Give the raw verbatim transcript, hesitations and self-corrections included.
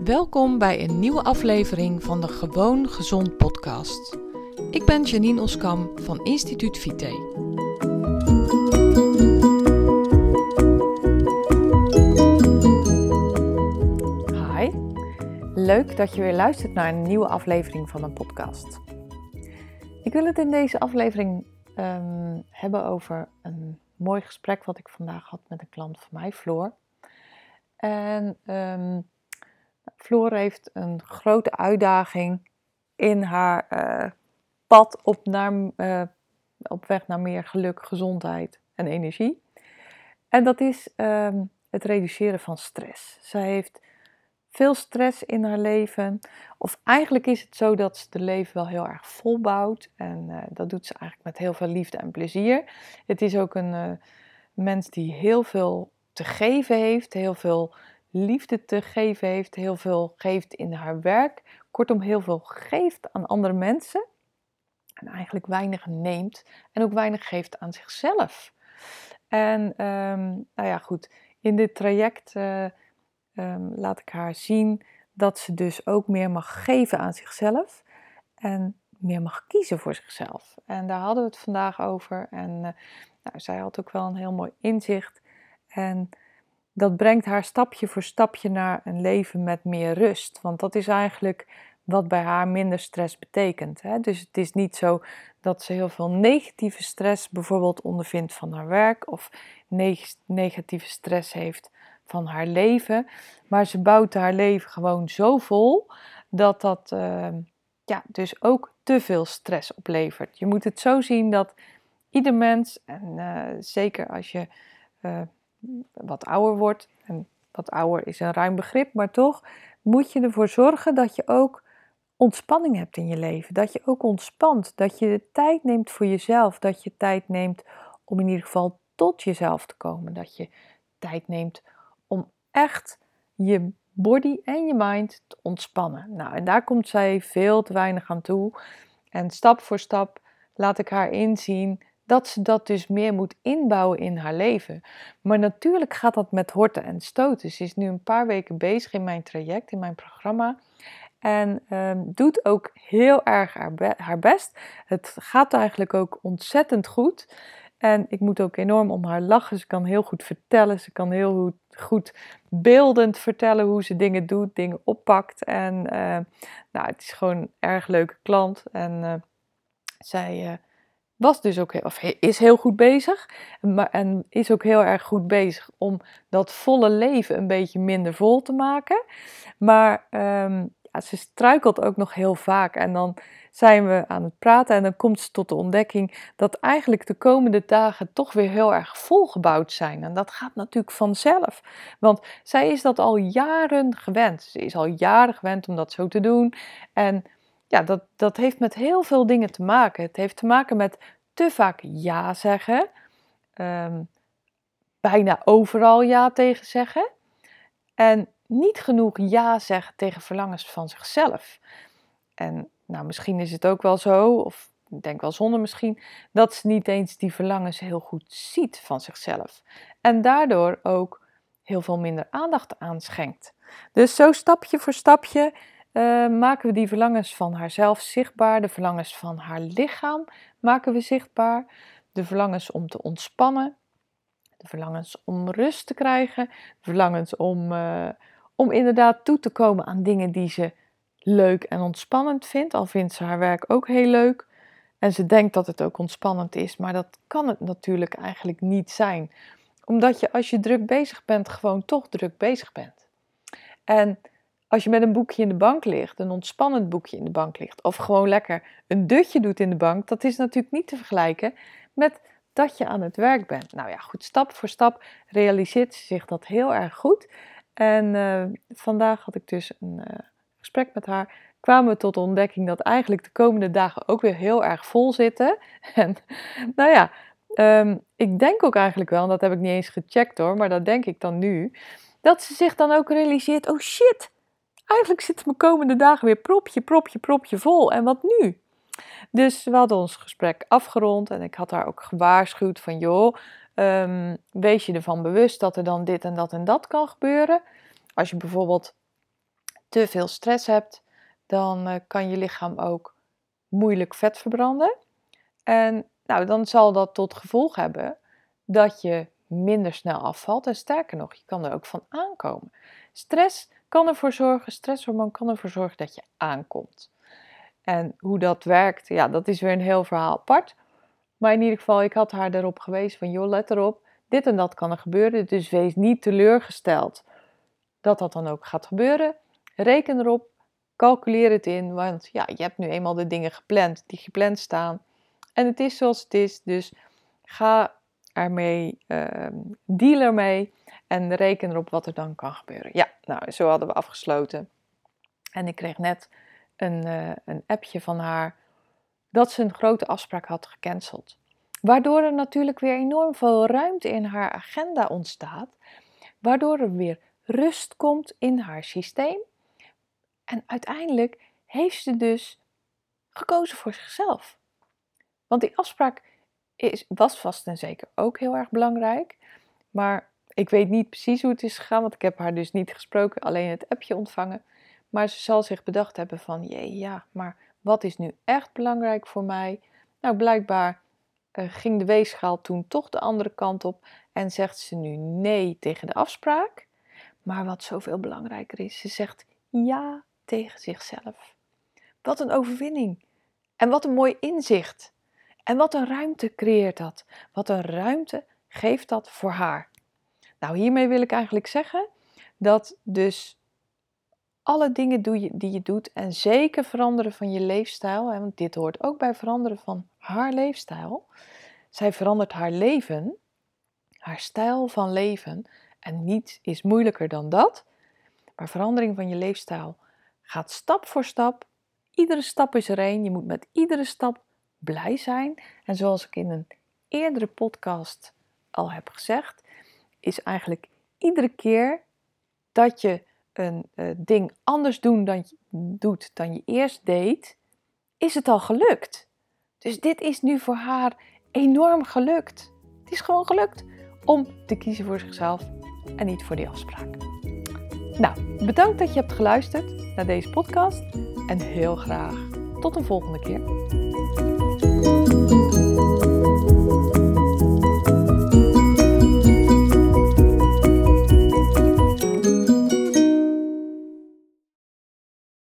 Welkom bij een nieuwe aflevering van de Gewoon Gezond podcast. Ik ben Janine Oskam van Instituut Vite. Hi, leuk dat je weer luistert naar een nieuwe aflevering van mijn podcast. Ik wil het in deze aflevering um, hebben over een mooi gesprek wat ik vandaag had met een klant van mij, Floor. En um, Floor heeft een grote uitdaging in haar uh, pad op, naar, uh, op weg naar meer geluk, gezondheid en energie. En dat is um, het reduceren van stress. Zij heeft veel stress in haar leven. Of eigenlijk is het zo dat ze het leven wel heel erg volbouwt. En uh, dat doet ze eigenlijk met heel veel liefde en plezier. Het is ook een uh, mens die heel veel te geven heeft, heel veel liefde te geven heeft, heel veel geeft in haar werk. Kortom, heel veel geeft aan andere mensen. En eigenlijk weinig neemt en ook weinig geeft aan zichzelf. En um, nou ja, goed, in dit traject uh, um, laat ik haar zien dat ze dus ook meer mag geven aan zichzelf. En meer mag kiezen voor zichzelf. En daar hadden we het vandaag over. En uh, nou, zij had ook wel een heel mooi inzicht. En dat brengt haar stapje voor stapje naar een leven met meer rust. Want dat is eigenlijk wat bij haar minder stress betekent. Hè? Dus het is niet zo dat ze heel veel negatieve stress bijvoorbeeld ondervindt van haar werk. Of neg- negatieve stress heeft van haar leven. Maar ze bouwt haar leven gewoon zo vol dat dat uh, ja, dus ook te veel stress oplevert. Je moet het zo zien dat ieder mens, en uh, zeker als je Uh, wat ouder wordt, en wat ouder is een ruim begrip, maar toch moet je ervoor zorgen dat je ook ontspanning hebt in je leven. Dat je ook ontspant, dat je de tijd neemt voor jezelf, dat je tijd neemt om in ieder geval tot jezelf te komen. Dat je tijd neemt om echt je body en je mind te ontspannen. Nou, en daar komt zij veel te weinig aan toe. En stap voor stap laat ik haar inzien dat ze dat dus meer moet inbouwen in haar leven. Maar natuurlijk gaat dat met horten en stoten. Ze is nu een paar weken bezig in mijn traject, in mijn programma. En um, doet ook heel erg haar, be- haar best. Het gaat eigenlijk ook ontzettend goed. En ik moet ook enorm om haar lachen. Ze kan heel goed vertellen. Ze kan heel goed, goed beeldend vertellen hoe ze dingen doet, dingen oppakt. En uh, nou, het is gewoon een erg leuke klant. En uh, zij... Uh, was dus ook heel, of is heel goed bezig. Maar, en is ook heel erg goed bezig om dat volle leven een beetje minder vol te maken. Maar um, ja, ze struikelt ook nog heel vaak. En dan zijn we aan het praten en dan komt ze tot de ontdekking dat eigenlijk de komende dagen toch weer heel erg volgebouwd zijn. En dat gaat natuurlijk vanzelf. Want zij is dat al jaren gewend. Ze is al jaren gewend om dat zo te doen. En ja, dat, dat heeft met heel veel dingen te maken. Het heeft te maken met te vaak ja zeggen. Um, bijna overal ja tegen zeggen. En niet genoeg ja zeggen tegen verlangens van zichzelf. En nou, misschien is het ook wel zo, of ik denk wel zonder misschien, dat ze niet eens die verlangens heel goed ziet van zichzelf. En daardoor ook heel veel minder aandacht aan schenkt. Dus zo stapje voor stapje Uh, maken we die verlangens van haarzelf zichtbaar, de verlangens van haar lichaam maken we zichtbaar, de verlangens om te ontspannen, de verlangens om rust te krijgen, de verlangens om, uh, om inderdaad toe te komen aan dingen die ze leuk en ontspannend vindt, al vindt ze haar werk ook heel leuk en ze denkt dat het ook ontspannend is, maar dat kan het natuurlijk eigenlijk niet zijn, omdat je als je druk bezig bent gewoon toch druk bezig bent. En als je met een boekje in de bank ligt, een ontspannend boekje in de bank ligt, of gewoon lekker een dutje doet in de bank, dat is natuurlijk niet te vergelijken met dat je aan het werk bent. Nou ja, goed, stap voor stap realiseert ze zich dat heel erg goed. En uh, vandaag had ik dus een uh, gesprek met haar. Kwamen we tot de ontdekking dat eigenlijk de komende dagen ook weer heel erg vol zitten. En nou ja, um, ik denk ook eigenlijk wel, en dat heb ik niet eens gecheckt hoor, maar dat denk ik dan nu, dat ze zich dan ook realiseert, oh shit, eigenlijk zitten mijn komende dagen weer propje, propje, propje vol. En wat nu? Dus we hadden ons gesprek afgerond en ik had haar ook gewaarschuwd van joh, um, wees je ervan bewust dat er dan dit en dat en dat kan gebeuren. Als je bijvoorbeeld te veel stress hebt, dan uh, kan je lichaam ook moeilijk vet verbranden. En nou, dan zal dat tot gevolg hebben dat je minder snel afvalt. En sterker nog, je kan er ook van aankomen. Stress kan ervoor zorgen, stresshormoon kan ervoor zorgen dat je aankomt. En hoe dat werkt, ja, dat is weer een heel verhaal apart. Maar in ieder geval, ik had haar erop gewezen van, joh, let erop, dit en dat kan er gebeuren. Dus wees niet teleurgesteld dat dat dan ook gaat gebeuren. Reken erop, calculeer het in, want ja, je hebt nu eenmaal de dingen gepland die gepland staan. En het is zoals het is, dus ga ermee, uh, deal ermee en reken erop wat er dan kan gebeuren. Ja, nou, zo hadden we afgesloten. En ik kreeg net een, uh, een appje van haar dat ze een grote afspraak had gecanceld. Waardoor er natuurlijk weer enorm veel ruimte in haar agenda ontstaat. Waardoor er weer rust komt in haar systeem. En uiteindelijk heeft ze dus gekozen voor zichzelf. Want die afspraak is, was vast en zeker ook heel erg belangrijk. Maar ik weet niet precies hoe het is gegaan, want ik heb haar dus niet gesproken, alleen het appje ontvangen. Maar ze zal zich bedacht hebben van, jee, ja, maar wat is nu echt belangrijk voor mij? Nou, blijkbaar uh, ging de weegschaal toen toch de andere kant op en zegt ze nu nee tegen de afspraak. Maar wat zoveel belangrijker is, ze zegt ja tegen zichzelf. Wat een overwinning. En wat een mooi inzicht. En wat een ruimte creëert dat. Wat een ruimte geeft dat voor haar. Nou, hiermee wil ik eigenlijk zeggen dat dus alle dingen doe je, die je doet en zeker veranderen van je leefstijl, hè, want dit hoort ook bij veranderen van haar leefstijl. Zij verandert haar leven, haar stijl van leven en niets is moeilijker dan dat. Maar verandering van je leefstijl gaat stap voor stap. Iedere stap is er één. Je moet met iedere stap blij zijn. En zoals ik in een eerdere podcast al heb gezegd, is eigenlijk iedere keer dat je een uh, ding anders doen dan je, doet dan je eerst deed, is het al gelukt. Dus dit is nu voor haar enorm gelukt. Het is gewoon gelukt om te kiezen voor zichzelf en niet voor die afspraak. Nou, bedankt dat je hebt geluisterd naar deze podcast en heel graag tot een volgende keer.